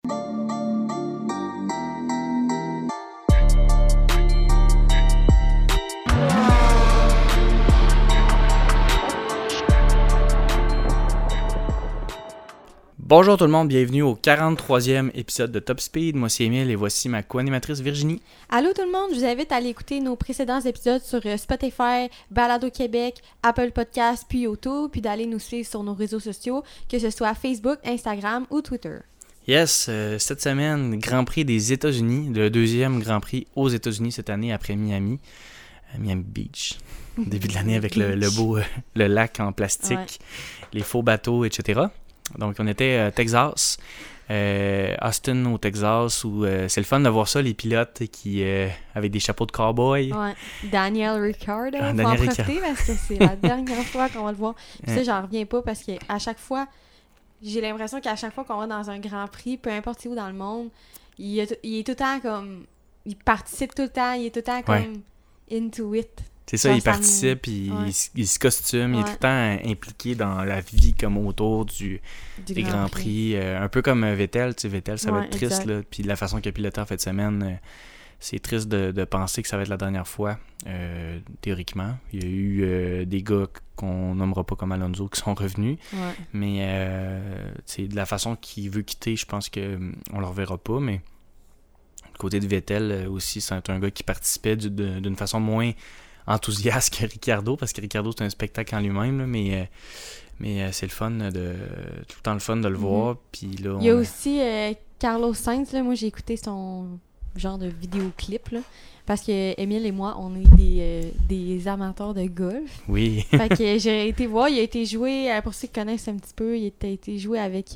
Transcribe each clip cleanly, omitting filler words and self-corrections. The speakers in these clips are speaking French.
Bonjour tout le monde, bienvenue au 43e épisode de Top Speed. Moi c'est Émile et voici ma co-animatrice Virginie. Allô tout le monde, je vous invite à aller écouter nos précédents épisodes sur Spotify, Balado Québec, Apple Podcasts, puis YouTube, puis d'aller nous suivre sur nos réseaux sociaux, que ce soit Facebook, Instagram ou Twitter. Yes, cette semaine, Grand Prix des États-Unis, le deuxième Grand Prix aux États-Unis cette année après Miami Beach. Début de l'année avec le beau le lac en plastique, les faux bateaux, etc. Donc, on était Texas, Austin au Texas, où c'est le fun de voir ça, les pilotes qui avec des chapeaux de cow-boy. Ouais. Daniel Ricciardo, faut en profiter parce que c'est la dernière fois qu'on va le voir. Puis ça, j'en reviens pas parce qu'à chaque fois, j'ai l'impression qu'à chaque fois qu'on va dans un Grand Prix, peu importe où dans le monde, il est tout le temps comme... Il participe tout le temps, il est tout le temps comme into it. C'est ça, il participe, il se costume, il est tout le temps impliqué dans la vie comme autour des Grands Prix. Un peu comme Vettel, tu sais, Vettel, ça va être triste, là. Puis la façon qu'il a piloté en fin de semaine, c'est triste de penser que ça va être la dernière fois, théoriquement. Il y a eu des gars qu'on nommera pas comme Alonso qui sont revenus, mais c'est de la façon qu'il veut quitter, je pense qu'on le reverra pas, mais du côté de Vettel aussi, c'est un gars qui participait d'une façon moins enthousiaste que Ricciardo, parce que Ricciardo c'est un spectacle en lui-même, là, mais c'est le fun tout le temps le fun de le voir. Puis là, il y a aussi Carlos Sainz, là, moi j'ai écouté son genre de vidéoclip là, parce que Émile et moi on est des amateurs de golf. Oui. Fait que j'ai été voir, il a été joué, pour ceux qui connaissent un petit peu, il a été joué avec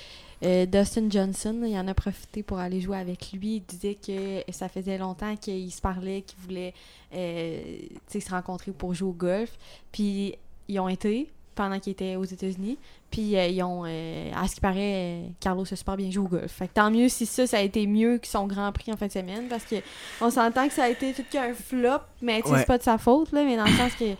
Dustin Johnson. Il en a profité pour aller jouer avec lui. Il disait que ça faisait longtemps qu'ils se parlaient, qu'ils voulaient se rencontrer pour jouer au golf. Puis ils ont été pendant qu'ils étaient aux États-Unis. Puis ils ont, à ce qui paraît, Carlos a super bien joué au golf. Fait que tant mieux si ça a été mieux que son Grand Prix en fin de semaine, parce que on s'entend que ça a été tout qu'un flop, mais c'est pas de sa faute, là, mais dans le sens que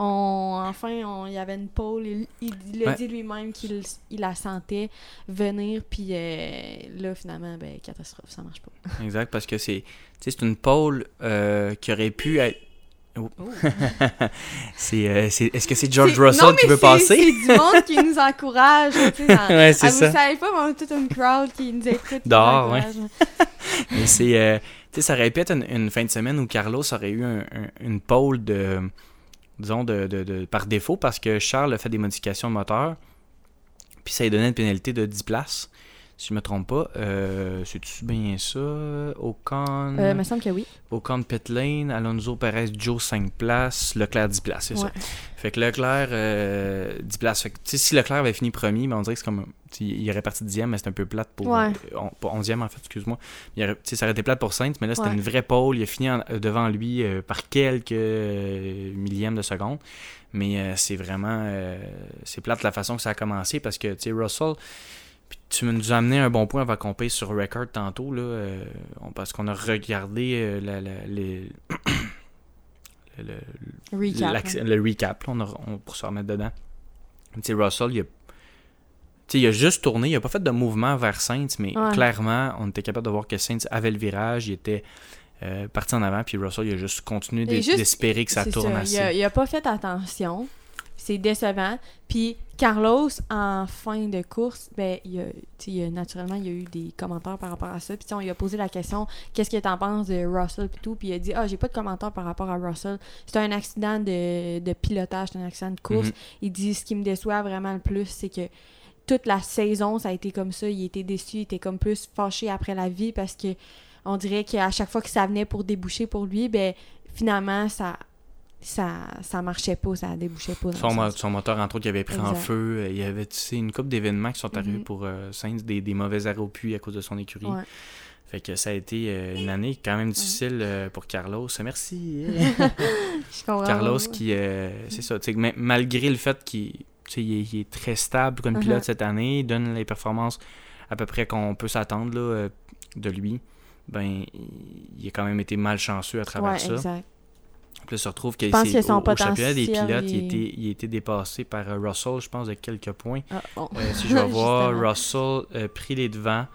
il y avait une pole, il a dit lui-même qu'il la sentait venir, puis là, finalement, catastrophe, ça marche pas. Exact, parce que c'est une pole qui aurait pu être... Oh. Est-ce que c'est George Russell qui veut passer? C'est du monde qui nous encourage. Ouais, c'est ça. Vous savez pas, mais on a toute une crowd qui nous écoute. Dehors, ouais. Mais ça aurait pu être une fin de semaine où Carlos aurait eu une pole par défaut, parce que Charles a fait des modifications de moteur, puis ça lui donnait une pénalité de 10 places. Si je me trompe pas, c'est-tu bien ça? Ocon... il me semble que oui. Ocon pit lane, Alonso Perez, Joe 5 places, Leclerc 10 places, c'est ça. Fait que Leclerc 10 places. Fait que si Leclerc avait fini premier, on dirait que c'est comme... Il aurait parti 10e, mais c'est un peu plate pour... Pas 11e en fait, excuse-moi. Ça aurait été plate pour Sainz, mais là c'était une vraie pole. Il a fini devant lui par quelques millièmes de seconde. Mais c'est vraiment... c'est plate la façon que ça a commencé, parce que, tu sais, Russell... Puis tu nous as amené un bon point avant qu'on paye sur Record tantôt, là, parce qu'on a regardé le recap là, pour se remettre dedans. Tu sais, Russell, il a juste tourné, il a pas fait de mouvement vers Sainz, mais clairement, on était capable de voir que Sainz avait le virage, il était parti en avant, puis Russell, il a juste continué d'espérer que ça tourne assez. Il a pas fait attention. C'est décevant. Puis Carlos, en fin de course, naturellement, il y a eu des commentaires par rapport à ça. Puis on lui a posé la question, qu'est-ce que t'en penses de Russell et tout. Puis il a dit, j'ai pas de commentaires par rapport à Russell. C'est un accident de pilotage, c'est un accident de course. Il dit, ce qui me déçoit vraiment le plus, c'est que toute la saison, ça a été comme ça. Il était déçu, il était comme plus fâché après la vie, parce que on dirait qu'à chaque fois que ça venait pour déboucher pour lui, finalement, ça marchait pas, ça débouchait pas. Son moteur, entre autres, il avait pris en feu. Il y avait une couple d'événements qui sont arrivés pour Sainz, des mauvais arrêts au puits à cause de son écurie. Ouais. Fait que ça a été une année quand même difficile pour Carlos. Merci! Carlos qui... c'est ça, malgré le fait qu'il est très stable comme pilote cette année, il donne les performances à peu près qu'on peut s'attendre là, de lui, il a quand même été malchanceux à travers ça. Exact. Puis là, se retrouve qu'au championnat des pilotes, il a été dépassé par Russell, je pense, de quelques points. Si je vais voir, Russell pris les devants.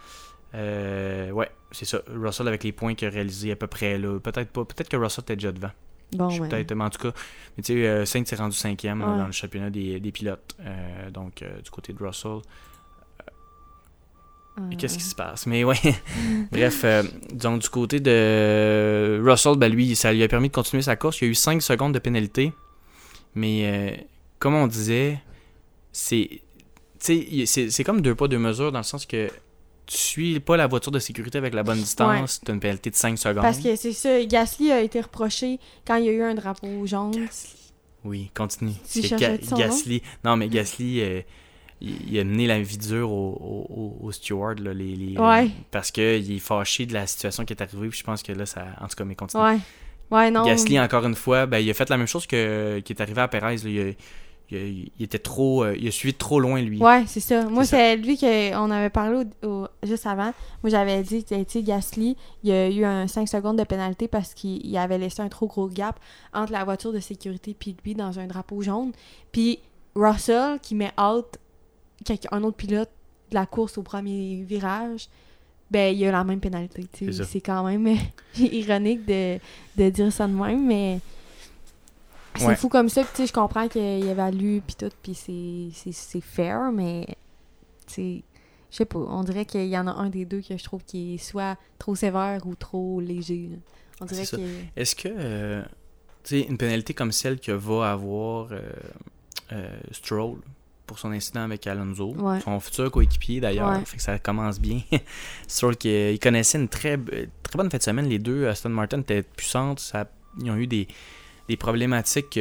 Ouais, c'est ça. Russell avec les points qu'il a réalisés à peu près là. Peut-être pas. Peut-être que Russell était déjà devant. Bon, peut-être, mais en tout cas, tu sais, Sainz s'est rendu 5e dans le championnat des pilotes. Donc, du côté de Russell. Qu'est-ce qui se passe? Mais ouais. Bref, donc du côté de Russell, ben lui, ça lui a permis de continuer sa course. Il y a eu 5 secondes de pénalité. Mais comme on disait, c'est comme 2 pas 2 mesures dans le sens que tu suis pas la voiture de sécurité avec la bonne distance, t'as une pénalité de 5 secondes. Parce que c'est ça, Gasly a été reproché quand il y a eu un drapeau jaune. Gasly. Oui, continue. Tu cherchais son Gasly. Non, mais Gasly, il a mené la vie dure au steward, là, parce qu'il est fâché de la situation qui est arrivée, puis je pense que là, ça. En tout cas, mais continue. Ouais, non. Avait encore une fois, ben, il a fait la même chose qui est arrivé à Perez. Là, il était trop. Il a suivi trop loin, lui. Ouais, c'est ça. Moi, c'est lui qu'on avait parlé juste avant. Moi, j'avais dit, tu sais, Gasly, il y a eu un 5 secondes de pénalité parce qu'il avait laissé un trop gros gap entre la voiture de sécurité puis lui dans un drapeau jaune. Puis Russell, qui met out un autre pilote de la course au premier virage, ben, il a la même pénalité. C'est quand même ironique de dire ça de même, mais c'est fou comme ça. Puis je comprends qu'il évalue puis tout, puis c'est fair, mais je sais pas, on dirait qu'il y en a un des deux que je trouve qui est soit trop sévère ou trop léger. Là. On dirait que... Est-ce que une pénalité comme celle que va avoir Stroll pour son incident avec Alonso, son futur coéquipier d'ailleurs, fait que ça commence bien. Stroll il connaissait une très bonne fin de semaine, les deux. Aston Martin étaient puissantes, ils ont eu des problématiques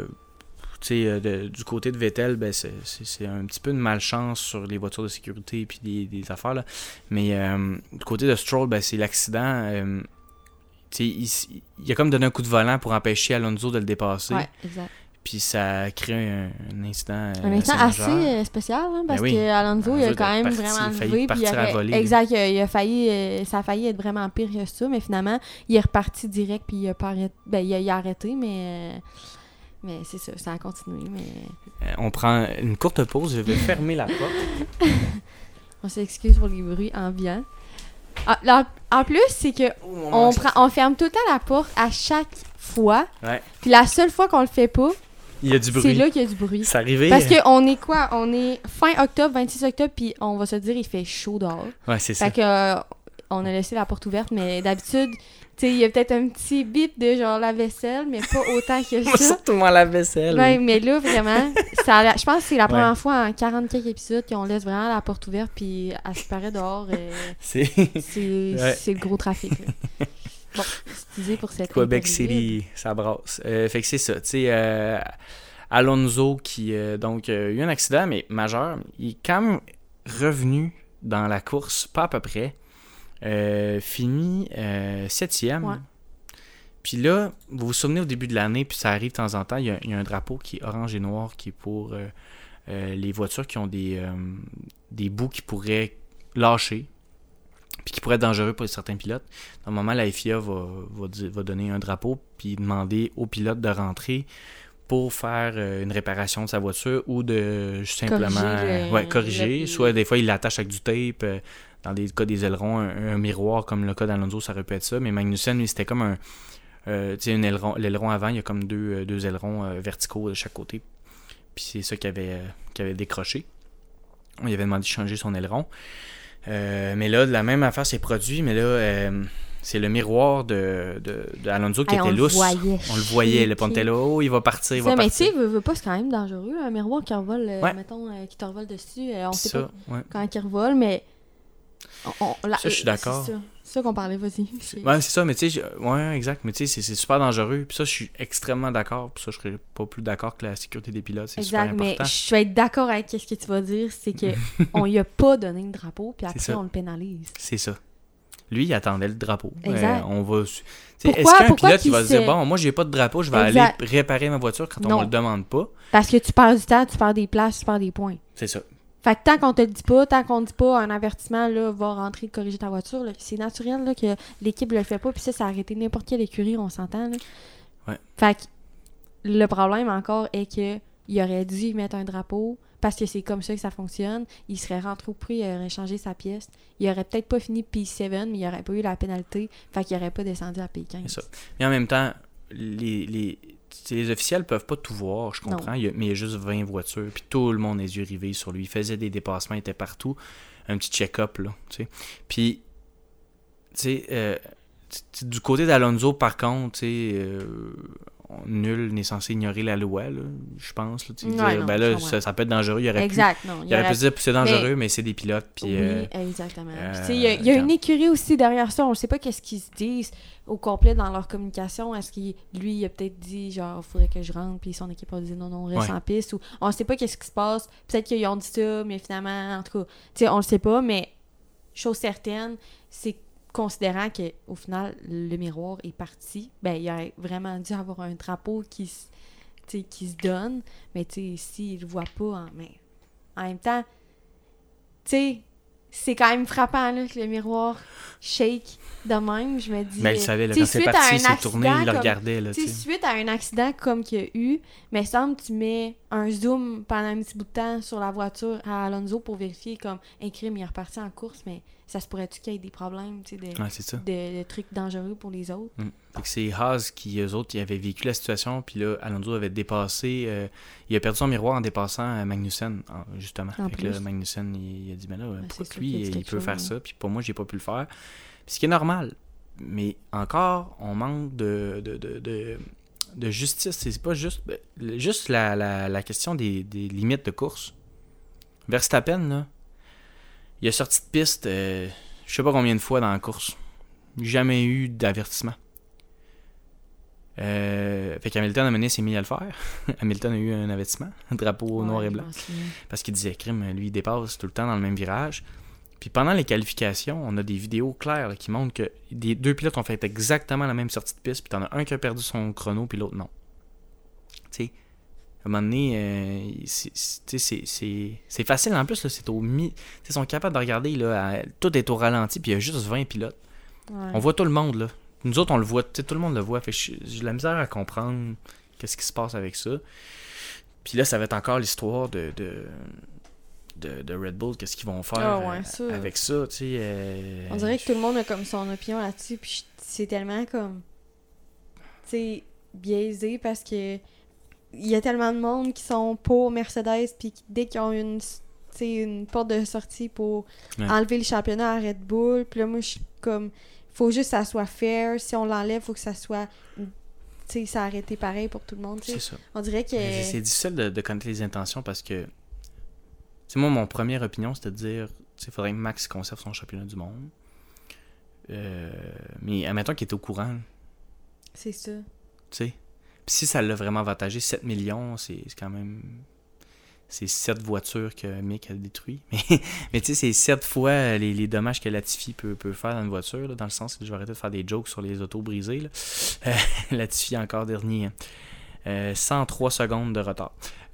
du côté de Vettel, ben c'est un petit peu une malchance sur les voitures de sécurité et puis des affaires là. Mais du côté de Stroll, ben c'est l'accident. Il a comme donné un coup de volant pour empêcher Alonso de le dépasser. Ouais, exact. Puis ça a créé un incident. Un incident assez spécial, hein, parce que Alonso, il a quand même vraiment levé. Puis exact, ça a failli être vraiment pire que ça, mais finalement, il est reparti direct, puis il a arrêté, mais c'est ça, ça a continué. Mais... on prend une courte pause, je vais fermer la porte. On s'excuse pour les bruits ambiants. En plus, c'est que on ferme tout le temps la porte à chaque fois. Ouais. Puis la seule fois qu'on le fait pas, il y a du bruit. C'est là qu'il y a du bruit. C'est arrivé. Parce qu'on est quoi? On est fin octobre, 26 octobre, puis on va se dire il fait chaud dehors. Ouais, c'est ça. Fait que on a laissé la porte ouverte, mais d'habitude, tu sais, il y a peut-être un petit bip de genre la vaisselle, mais pas autant que ça. Surtout moi la vaisselle. Ouais, mais là, vraiment, je pense que c'est la première fois en 40 quelques épisodes qu'on laisse vraiment la porte ouverte, puis elle se paraît dehors. C'est le gros trafic, là. Bon, excusez pour cette Québec City, ça brasse. Fait que c'est ça, tu sais, Alonso qui donc a eu un accident, mais majeur, il est quand même revenu dans la course, pas à peu près. Fini 7e. Ouais. Puis là, vous vous souvenez au début de l'année, puis ça arrive de temps en temps, il y a un drapeau qui est orange et noir qui est pour les voitures qui ont des bouts qui pourraient lâcher, puis qui pourraient être dangereux pour certains pilotes. Normalement, la FIA va donner un drapeau, puis demander aux pilotes de rentrer pour faire une réparation de sa voiture ou de simplement corriger. Soit des fois, ils l'attachent avec du tape. Dans les cas des ailerons, un miroir, comme le cas d'Alonso, ça aurait pu être ça. Mais Magnussen, lui, c'était comme un l'aileron avant, il y a comme deux ailerons verticaux de chaque côté. Puis c'est ça qui avait décroché. On lui avait demandé de changer son aileron. Mais là, la même affaire s'est produite, mais là, c'est le miroir de Alonso qui était lousse. On le voyait, le Pontello, il va partir, mais tu sais, veut pas, c'est quand même dangereux, un miroir qui revole, mettons, qui te revole dessus. On sait pas quand il revole, mais... ça, je suis d'accord. C'est ça qu'on parlait, vas-y. Ouais, c'est ça, mais tu sais, exact, mais tu sais, c'est super dangereux. Puis ça, je suis extrêmement d'accord. Puis ça, je serais pas plus d'accord que la sécurité des pilotes, c'est super important. Exact, mais je vais être d'accord avec ce que tu vas dire, c'est qu'on lui a pas donné le drapeau, puis après, on le pénalise. C'est ça. Lui, il attendait le drapeau. Exact. On va... Est-ce qu'un pilote qui va se dire, bon, moi, j'ai pas de drapeau, je vais aller réparer ma voiture quand on me le demande pas? Parce que tu perds du temps, tu perds des places, tu perds des points. C'est ça. Fait que tant qu'on te le dit pas, tant qu'on dit pas un avertissement, là, va rentrer corriger ta voiture, là, c'est naturel là, que l'équipe le fait pas, puis ça a arrêté n'importe quelle écurie, on s'entend. Là. Ouais. Fait que le problème encore est que il aurait dû mettre un drapeau, parce que c'est comme ça que ça fonctionne, il serait rentré au prix, il aurait changé sa pièce. Il aurait peut-être pas fini P7, mais il aurait pas eu la pénalité. Fait qu'il aurait pas descendu à P15. C'est ça. Mais en même temps, les officiels peuvent pas tout voir, je comprends, mais il y a juste 20 voitures, puis tout le monde les yeux rivés sur lui. Il faisait des dépassements, il était partout. Un petit check-up, là, tu sais. Puis, tu sais, du côté d'Alonso, par contre, tu sais, nul n'est censé ignorer la loi, là, je pense. Là, dire, non, ben là, ça peut être dangereux. Il aurait exact, pu, non. il aurait pu dire c'est dangereux, mais c'est des pilotes. Puis, oui, exactement. Il y a une écurie aussi derrière ça. On ne sait pas qu'est-ce qu'ils se disent au complet dans leur communication. Est-ce qu'il lui, il a peut-être dit, genre, il faudrait que je rentre, puis son équipe a dit non, reste en piste. Ou on ne sait pas qu'est-ce qui se passe. Peut-être qu'ils ont dit ça, mais finalement, en tout cas, tu sais, on le sait pas, mais chose certaine, c'est considérant qu'au final, le miroir est parti, ben il aurait vraiment dû avoir un drapeau qui se donne, mais tu sais, s'il le voit pas, mais en même temps, tu sais, c'est quand même frappant là, que le miroir shake de même, je me dis... Mais il savait, là, quand c'est parti, il s'est tourné, il le regardait. Là, suite à un accident comme qu'il y a eu, mais semble tu mets un zoom pendant un petit bout de temps sur la voiture à Alonso pour vérifier comme un crime, il est reparti en course, mais ça se pourrait-tu qu'il y ait des problèmes, tu sais, de trucs dangereux pour les autres. Fait que c'est Haas qui, eux autres, ils avaient vécu la situation, puis là, Alonso avait dépassé, il a perdu son miroir en dépassant Magnussen, justement. Fait que là, Magnussen, il a dit, mais là, pourquoi que lui, il peut faire ça, puis pour moi, j'ai pas pu le faire. Puis ce qui est normal, mais encore, on manque de justice. C'est pas juste la question des limites de course. Verstappen, là, il a sorti de piste, je sais pas combien de fois dans la course. Jamais eu d'avertissement. Fait qu'Hamilton a mené, s'est mis à le faire. Hamilton a eu un avertissement, un drapeau noir et blanc. Parce qu'il disait, crime, lui, il dépasse tout le temps dans le même virage. Puis pendant les qualifications, on a des vidéos claires là, qui montrent que les deux pilotes ont fait exactement la même sortie de piste, puis t'en as un qui a perdu son chrono, puis l'autre non. Tu sais, à un moment donné, c'est facile en plus, là, c'est au mi. Ils sont capables de regarder, là, tout est au ralenti, puis il y a juste 20 pilotes. Ouais. On voit tout le monde, là. Nous autres, on le voit, tout le monde le voit. Fait que j'ai de la misère à comprendre qu'est-ce qui se passe avec ça. Puis là, ça va être encore l'histoire de Red Bull, qu'est-ce qu'ils vont faire avec ça, tu sais. On dirait que tout le monde a comme son opinion là-dessus, puis c'est tellement comme, tu sais, biaisé parce que il y a tellement de monde qui sont pour Mercedes, puis dès qu'ils ont une porte de sortie pour enlever le championnat à Red Bull, puis là, moi, je suis comme, faut juste que ça soit fair. Si on l'enlève, faut que ça soit, tu sais, ça a arrêté pareil pour tout le monde, tu sais. C'est ça. On dirait que... C'est difficile de connaître les intentions parce que, c'est moi, mon première opinion, c'était de dire, tu sais, il faudrait que Max conserve son championnat du monde. Mais admettons qu'il était au courant. C'est ça. Tu sais. Puis si ça l'a vraiment avantagé, 7 millions, c'est quand même... C'est 7 voitures que Mick a détruit. Mais tu sais, c'est 7 fois les dommages que Latifi peut faire dans une voiture, là, dans le sens que je vais arrêter de faire des jokes sur les autos brisées. Là. Latifi encore dernier. 103 secondes de retard.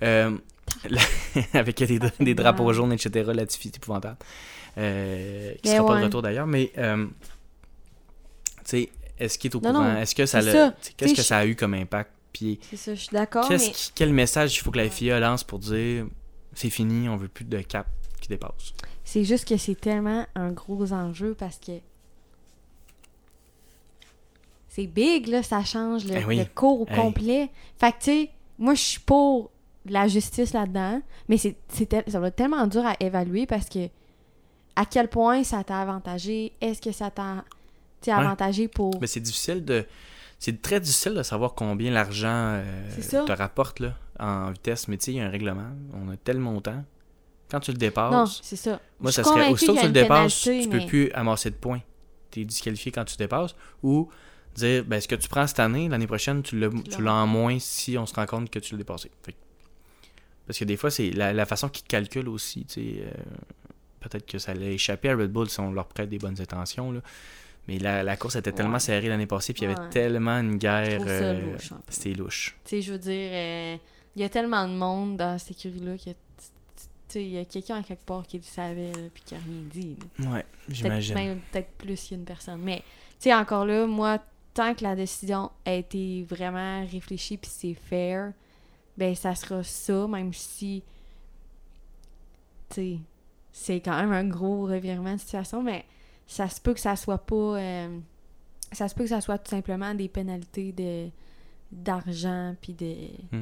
Avec des drapeaux jaunes, etc. Latifi, c'est épouvantable. Qui ne sera pas de retour d'ailleurs. Mais, tu sais, est-ce qu'il est au courant? Non, est-ce que ça l'a... Qu'est-ce que ça a eu comme impact? Puis, c'est ça, je suis d'accord. Quel message il faut que la FIA lance pour dire c'est fini, on veut plus de cap qui dépasse? C'est juste que c'est tellement un gros enjeu parce que c'est big, là, ça change le cours au complet. Fait que, tu sais, moi, je suis pour la justice là-dedans, mais ça va être tellement dur à évaluer parce que à quel point ça t'a avantagé? Est-ce que ça t'a avantagé pour... Mais c'est difficile de... C'est très difficile de savoir combien l'argent te rapporte là, en vitesse. Mais tu sais, il y a un règlement. On a tel montant. Quand tu le dépasses... Non, c'est ça. Moi, ça serait... Aussitôt que tu le dépasses, tu peux plus amasser de points. Tu es disqualifié quand tu dépasses. Ou dire, ben, ce que tu prends cette année, l'année prochaine, tu l'as en moins si on se rend compte que tu l'as dépassé. Parce que des fois, c'est la façon qu'ils calculent aussi. Peut-être que ça allait échapper à Red Bull si on leur prête des bonnes intentions, là. Mais la course était tellement serrée l'année passée, puis il y avait tellement une guerre. Louche, c'était louche. Tu sais, je veux dire, il y a tellement de monde dans cette écurie-là que il y a quelqu'un à quelque part qui le savait, puis qui n'a rien dit. Là. Ouais, j'imagine. Peut-être plus qu'une personne. Mais, tu sais, encore là, moi, tant que la décision a été vraiment réfléchie, puis c'est fair, ben ça sera ça, même si tu sais, c'est quand même un gros revirement de situation, mais ça se peut que ça soit pas... ça se peut que ça soit tout simplement des pénalités d'argent, puis de...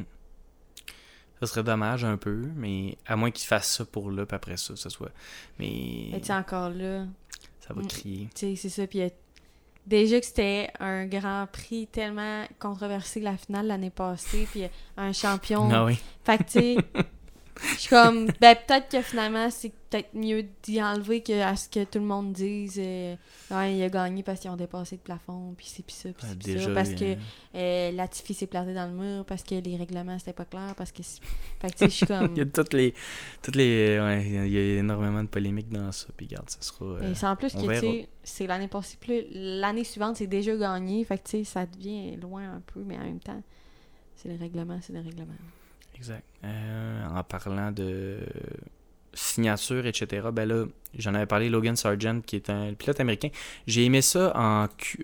Ça serait dommage un peu, mais à moins qu'ils fassent ça pour là, puis après ça soit... Mais tu sais, encore là... Ça va crier. Tu sais, c'est ça, puis déjà que c'était un Grand Prix tellement controversé la finale l'année passée, puis un champion... Ah oui. Fait que, tu sais... Je suis comme, peut-être que finalement, c'est peut-être mieux d'y enlever qu'à ce que tout le monde dise ouais, il a gagné parce qu'ils ont dépassé le plafond, puis c'est, puis ça, puis c'est, puis ça. Parce que Latifi s'est planté dans le mur, parce que les règlements, c'était pas clair, parce que... Fait que, tu sais, je suis comme... il y a toutes les ouais, il y a énormément de polémiques dans ça, puis regarde, ça sera... Et c'est en plus que, tu sais, c'est l'année passée, l'année suivante, c'est déjà gagné, fait que, tu sais, ça devient loin un peu, mais en même temps, c'est le règlement. Exact. En parlant de signature, etc., ben là, j'en avais parlé, Logan Sargent, qui est un pilote américain. J'ai aimé ça en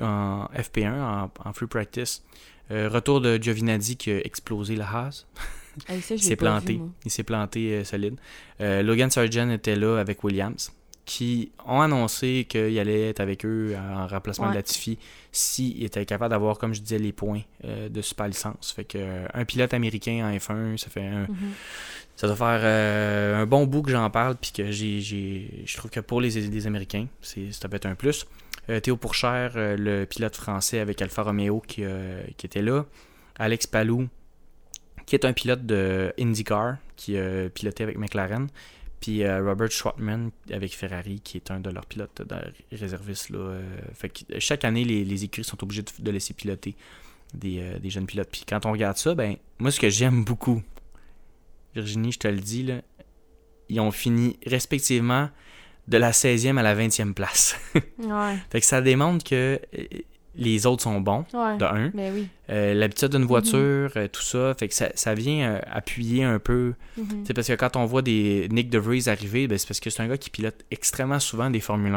FP1, en free practice. Retour de Giovinazzi qui a explosé la Haas. Hey, ça, il s'est planté. Il s'est planté solide. Logan Sargent était là avec Williams, qui ont annoncé qu'il allait être avec eux en remplacement de Latifi s'il était capable d'avoir, comme je disais, les points de super licence. Fait que un pilote américain en F1, ça fait ça doit faire un bon bout que j'en parle, puis que je trouve que pour les Américains, ça peut être un plus. Théo Pourchère, le pilote français avec Alfa Romeo qui était là. Alex Palou, qui est un pilote de IndyCar, qui a piloté avec McLaren. Puis Robert Schwartzman avec Ferrari, qui est un de leurs pilotes réservistes. Là, fait que chaque année, les écuries sont obligées de laisser piloter des jeunes pilotes. Puis quand on regarde ça, ben moi, ce que j'aime beaucoup, Virginie, je te le dis, là, ils ont fini respectivement de la 16e à la 20e place. Ouais. Fait que ça démontre que les autres sont bons, de un. Ben oui. L'habitude d'une voiture, tout ça, fait que ça vient appuyer un peu. C'est parce que quand on voit des Nick De Vries arriver, ben c'est parce que c'est un gars qui pilote extrêmement souvent des Formule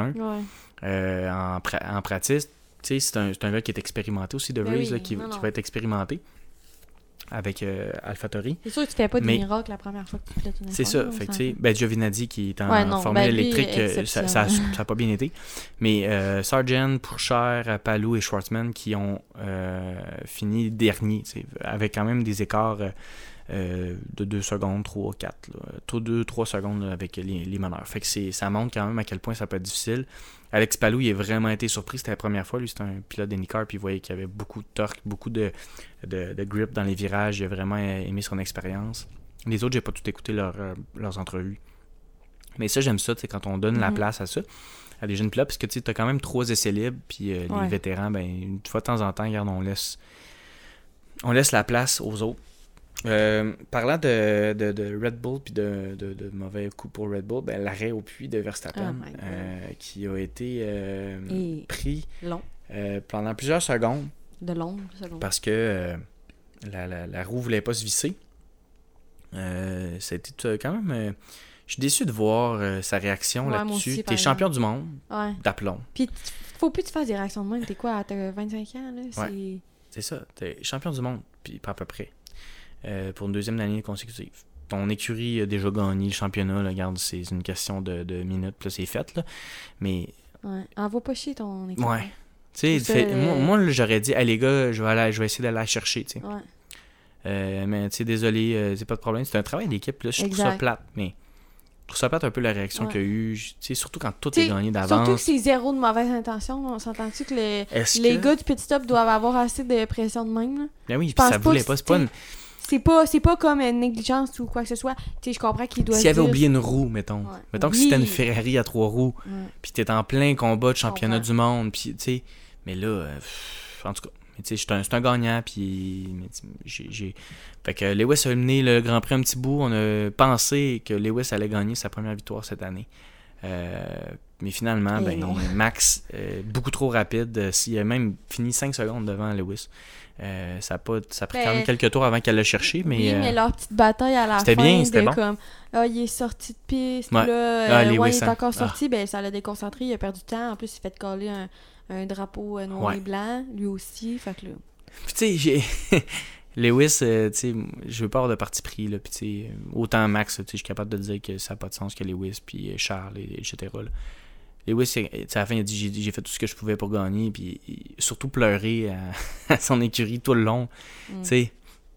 1 en pratique. C'est un gars qui est expérimenté aussi, De Vries, là, qui va être expérimenté avec AlphaTauri. C'est sûr que tu fais pas de miracle la première fois que tu pilotes une C'est ça. Fait que, Giovinazzi qui est en formule électrique, ça a pas bien été. Mais Sargent, Pourchère, Palou et Schwartzman qui ont fini dernier, avec quand même des écarts de 2 secondes, 3, 4. 2-3 secondes là, avec les meneurs. Fait que ça montre quand même à quel point ça peut être difficile. Alex Palou, il a vraiment été surpris. C'était la première fois. Lui, c'était un pilote d'IndyCar, puis il voyait qu'il y avait beaucoup de torque, beaucoup de grip dans les virages. Il a vraiment aimé son expérience. Les autres, j'ai pas tout écouté leurs entrevues. Mais ça, j'aime ça, quand on donne la place à ça, à des jeunes pilotes, parce que tu as quand même 3 essais libres, puis les vétérans, ben une fois de temps en temps, regarde, on laisse la place aux autres. Parlant de Red Bull puis de mauvais coups pour Red Bull, ben, l'arrêt au puits de Verstappen qui a été pris pendant plusieurs secondes. De longues secondes. Parce que la roue voulait pas se visser. C'était quand même... je suis déçu de voir sa réaction là-dessus. T'es champion du monde d'aplomb. Puis faut plus que tu fasses des réactions de même. T'es quoi, t'as 25 ans? Là? C'est ça. T'es champion du monde, puis pas à peu près. Pour une 2e année consécutive. Ton écurie a déjà gagné le championnat, là, regarde, c'est une question de minutes, puis là, c'est fait, là. Mais... Ouais. Envoie pas chier ton équipe. Ouais. Tu sais, moi là, j'aurais dit, les gars, je vais essayer d'aller la chercher, tu sais. Ouais. Mais, tu sais, désolé, c'est pas de problème. C'est un travail d'équipe, là. Je trouve ça plate, mais... Je trouve ça plate un peu la réaction qu'il y a eu, tu sais, surtout quand tout est gagné d'avance. Surtout que c'est zéro de mauvaise intention. On s'entend-tu que les gars du petit stop doivent avoir assez de pression de même, là? Ben oui, puis ça voulait pas, c'est pas une... C'est pas comme une négligence ou quoi que ce soit. Tu sais, je comprends qu'il doit S'il avait oublié une roue, mettons. Ouais. Mettons que c'était une Ferrari à 3 roues, puis t'es en plein combat de championnat du monde, puis tu sais... Mais là, en tout cas, tu sais, c'est un gagnant, puis fait que Lewis a mené le Grand Prix un petit bout. On a pensé que Lewis allait gagner sa première victoire cette année. Mais finalement, Max, beaucoup trop rapide. Il a même fini 5 secondes devant Lewis. Ça a pris quand même quelques tours avant qu'elle l'a cherché. Mais, oui, mais leur petite bataille à la fin, c'était bon. Comme, il est sorti de piste, ouais. Là, il est encore sorti, ça l'a déconcentré, il a perdu du temps. En plus, il s'est fait coller un drapeau noir et blanc, lui aussi. Fait que là... Puis tu sais, Lewis, tu sais, je veux pas avoir de parti pris, là, puis tu sais, autant Max, tu sais, je suis capable de dire que ça n'a pas de sens que Lewis, puis Charles, etc., là. Lewis, à la fin, il a dit j'ai fait tout ce que je pouvais pour gagner, puis surtout pleurer à son écurie tout le long. Tu sais,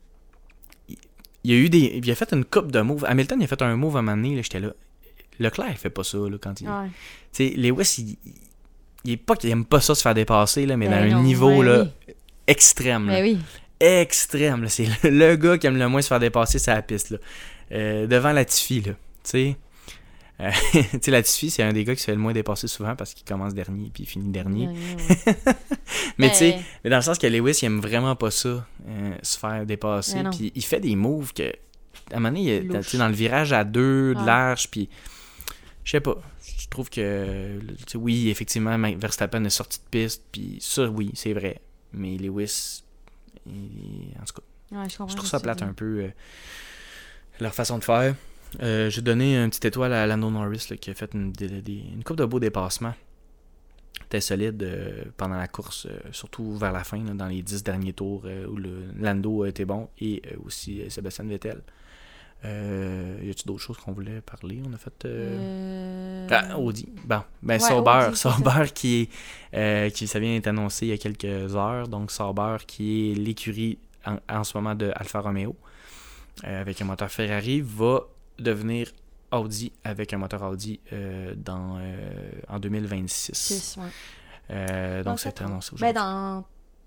il a fait une coupe de moves. Hamilton, il a fait un move à un moment donné, là, j'étais là. Leclerc, il fait pas ça, là, quand il... Ouais. Tu sais, Lewis, il est pas qu'il aime pas ça se faire dépasser, là, mais dans un niveau, là, extrême, là. Oui. Extrême, là. C'est le gars qui aime le moins se faire dépasser sur la piste, là. Devant Latifi, là. Tu sais... tu sais, Latifi, c'est un des gars qui se fait le moins dépasser souvent parce qu'il commence dernier puis il finit dernier. Mais tu sais, dans le sens que Lewis, il aime vraiment pas ça, se faire dépasser. Puis il fait des moves que, à un moment donné, dans le virage à 2 de large, puis je sais pas. Je trouve que, oui, effectivement, Verstappen est sorti de piste, puis ça, oui, c'est vrai. Mais Lewis, en tout cas, je trouve ça plate un peu, leur façon de faire. J'ai donné une petite étoile à Lando Norris là, qui a fait une couple de beaux dépassements. C'était solide pendant la course, surtout vers la fin, là, dans les 10 derniers tours où Lando était bon et aussi Sébastien Vettel. Y a-t-il d'autres choses qu'on voulait parler? On a fait Audi. Bon, ben ouais, Sauber qui ça vient d'être annoncé il y a quelques heures. Donc Sauber qui est l'écurie en ce moment de Alfa Romeo avec un moteur Ferrari va devenir Audi avec un moteur Audi en 2026. Donc, ça a été annoncé aujourd'hui. Dans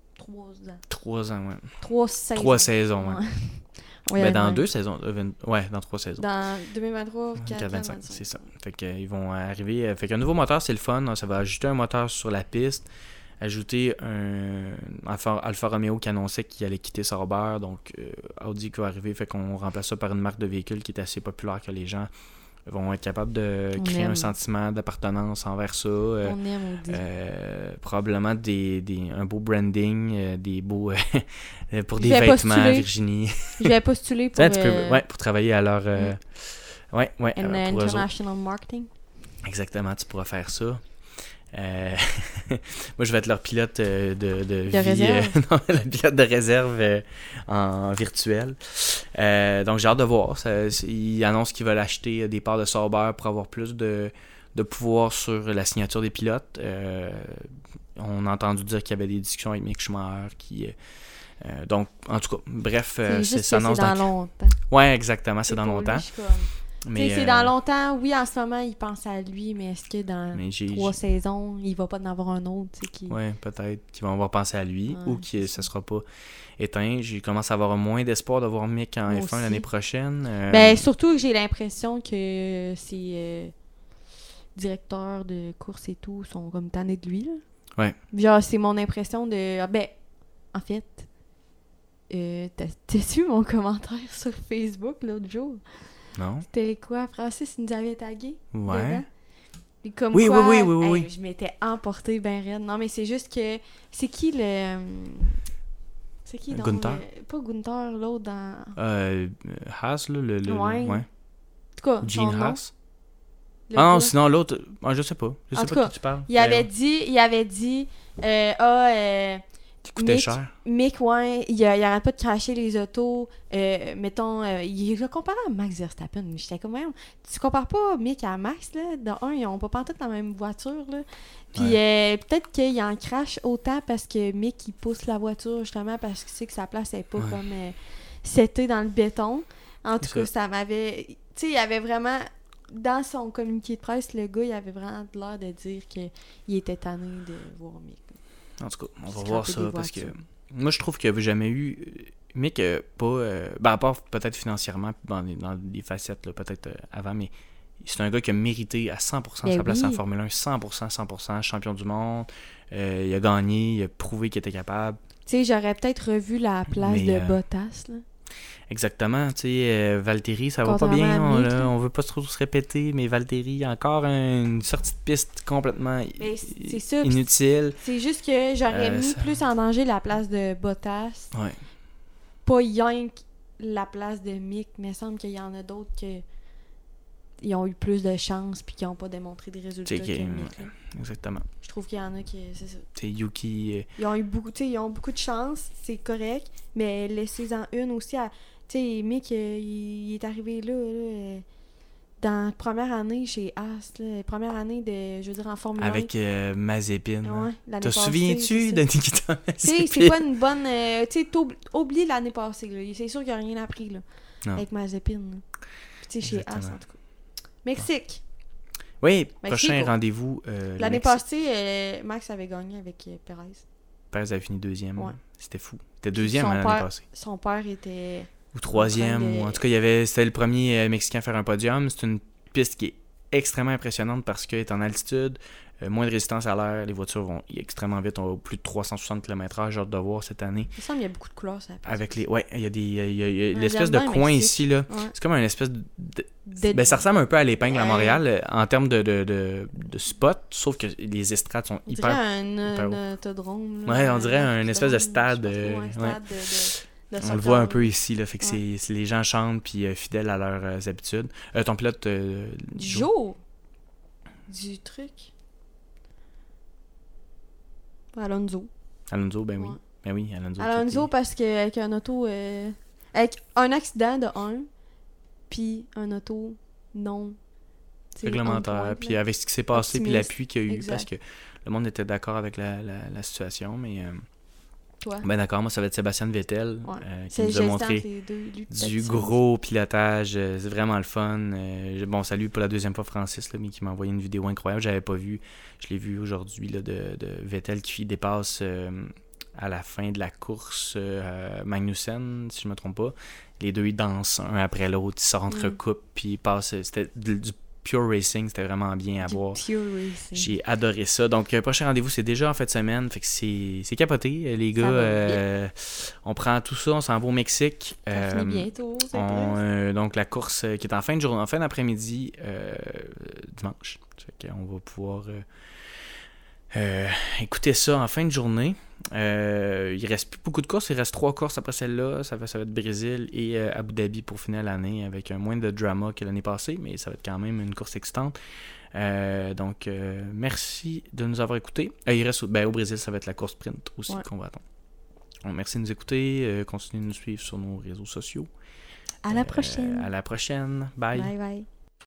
3 ans. 3 ans, ouais. 3 saisons, ouais. Oui, dans 2 saisons. Dans 3 saisons. Dans 2023, 2025, c'est ça. Fait qu'ils vont arriver. Fait qu'un nouveau moteur, c'est le fun. Ça va ajouter un moteur sur la piste. Ajouter un Alfa Romeo qui annonçait qu'il allait quitter Sauber, donc Audi qui va arriver, fait qu'on remplace ça par une marque de véhicule qui est assez populaire, que les gens vont être capables de créer un sentiment d'appartenance envers ça. On aime Audi. Probablement un beau branding, des beaux pour des vêtements, Virginie. Je vais postuler pour... pour travailler à leur... international marketing. Exactement, tu pourras faire ça. Moi, je vais être leur pilote de vie, réserve. Non, le pilote de réserve en virtuel. Donc, j'ai hâte de voir. Ils annoncent qu'ils veulent acheter des parts de Sauber pour avoir plus de pouvoir sur la signature des pilotes. On a entendu dire qu'il y avait des discussions avec Mick Schumacher donc, en tout cas, bref, ça annonce dans longtemps. Ouais, exactement, c'est dans longtemps. Mais c'est dans longtemps, oui, en ce moment, il pense à lui, mais est-ce que dans 3 saisons, il va pas en avoir un autre? Oui, peut-être qu'ils vont avoir pensé à lui ou que ça sera pas éteint. J'ai commencé à avoir moins d'espoir de voir Mick en F1 l'année prochaine. Surtout que j'ai l'impression que ces directeurs de course et tout sont comme tannés de lui. Là. Ouais. Genre, c'est mon impression de... en fait... t'as-tu mon commentaire sur Facebook l'autre jour? Non. C'était quoi? Francis nous avait tagué. Ouais. Et comme oui. Je m'étais emportée ben raide. Non, mais c'est juste que... C'est qui le... C'est qui donc? Gunther? Pas Gunther, l'autre dans... Haas, là, ouais. En tout cas, Gene Haas. Non, sinon l'autre... je sais pas. Je sais pas de qui tu parles. Il avait dit... qui coûtait cher. Mick, il arrête pas de cracher les autos. Mettons, il le comparait à Max Verstappen. J'étais comme, tu compares pas Mick à Max, là. De un, ils ont pas pantoute dans la même voiture, là. Puis peut-être qu'il en crache autant parce que Mick, il pousse la voiture, justement, parce qu'il sait que sa place est pas comme setée dans le béton. En tout cas, ça m'avait... Tu sais, il y avait vraiment... Dans son communiqué de presse, le gars, il avait vraiment l'air de dire qu'il était tanné de voir Mick. En tout cas, on va voir ça parce que moi je trouve qu'il n'y avait jamais eu Mick pas à part peut-être financièrement dans des facettes là, peut-être avant, mais c'est un gars qui a mérité à 100% sa place en Formule 1, 100% champion du monde, il a gagné, il a prouvé qu'il était capable. Tu sais, j'aurais peut-être revu la place de Bottas là. Exactement, tu sais, Valtteri, ça va pas bien, on veut pas trop se répéter, mais Valtteri, encore une sortie de piste complètement inutile. C'est juste que j'aurais mis plus en danger la place de Bottas, pas rien que la place de Mick, mais il semble qu'il y en a d'autres qui ont eu plus de chance puis qui n'ont pas démontré des résultats que Mick. Exactement. Je trouve qu'il y en a qui... C'est ça. C'est Yuki... Ils ont beaucoup de chance, c'est correct, mais laissez-en une aussi à... Tu sais, Mick, il est arrivé là, dans la première année chez As, là, première année de, je veux dire, en Formule 1. Avec Mazepin. Ouais, l'année Te passée, souviens-tu de Nikita Mazepin? C'est pas une bonne... tu sais, oublié l'année passée, là. C'est sûr qu'il n'y a rien appris, là, Non. avec Mazepin. Tu sais, chez As, en tout cas. Mexique. Oui, Mexico. prochain rendez-vous. L'année passée, Max avait gagné avec Perez. Perez avait fini 2e. Ouais. C'était fou. C'était 2e l'année passée. Son père était... Ou 3e. Ou en tout cas, c'était le premier Mexicain à faire un podium. C'est une piste qui est extrêmement impressionnante parce qu'elle est en altitude, moins de résistance à l'air, les voitures vont extrêmement vite, on a plus de 360 km/h, j'ai hâte de voir cette année. Il me semble qu'il y a beaucoup de couleurs ça. Avec les... Ouais, il y a l'espèce de coin ici, là. Ouais. C'est comme une espèce de... ça ressemble un peu à l'épingle à Montréal en termes de spot, sauf que les estrades sont hyper... On dirait un autodrome. Ouais, on dirait un espèce de stade. On le voit un peu ici, là, fait que c'est les gens chantent puis fidèles à leurs habitudes. Ton pilote... Joe! Du truc? Alonso. Alonso, ben oui. Ouais. Ben oui, Alonso. Alonso parce qu'avec un auto... avec un accident de 1, puis un auto non... réglementaire, puis avec ce qui s'est passé, puis l'appui qu'il y a eu, exact. parce que le monde était d'accord avec la situation, mais... Toi? Ben d'accord, moi ça va être Sébastien Vettel qui nous a montré du gros pilotage, c'est vraiment le fun. Bon, salut pour la deuxième fois Francis, là, mais qui m'a envoyé une vidéo incroyable, j'avais pas vu, je l'ai vu aujourd'hui là, de Vettel qui dépasse à la fin de la course Magnussen, si je me trompe pas. Les deux ils dansent un après l'autre, ils s'entrecoupent, puis ils passent, c'était du pure racing, c'était vraiment bien à voir. J'ai adoré ça. Donc, prochain rendez-vous, c'est déjà en fin de semaine. Fait que c'est capoté, les gars. On prend tout ça, on s'en va au Mexique. Ça finit bientôt, donc, la course qui est en fin de journée, en fin d'après-midi, dimanche. Fait qu'on va pouvoir écouter ça en fin de journée. Il reste plus beaucoup de courses, il reste 3 courses après celle-là, ça va être Brésil et Abu Dhabi pour finir l'année avec un moins de drama que l'année passée, mais ça va être quand même une course excitante. Donc merci de nous avoir écoutés. Il reste au Brésil, ça va être la course sprint aussi qu'on va attendre. Donc, merci de nous écouter, continuez de nous suivre sur nos réseaux sociaux. À la prochaine. À la prochaine. Bye. Bye bye.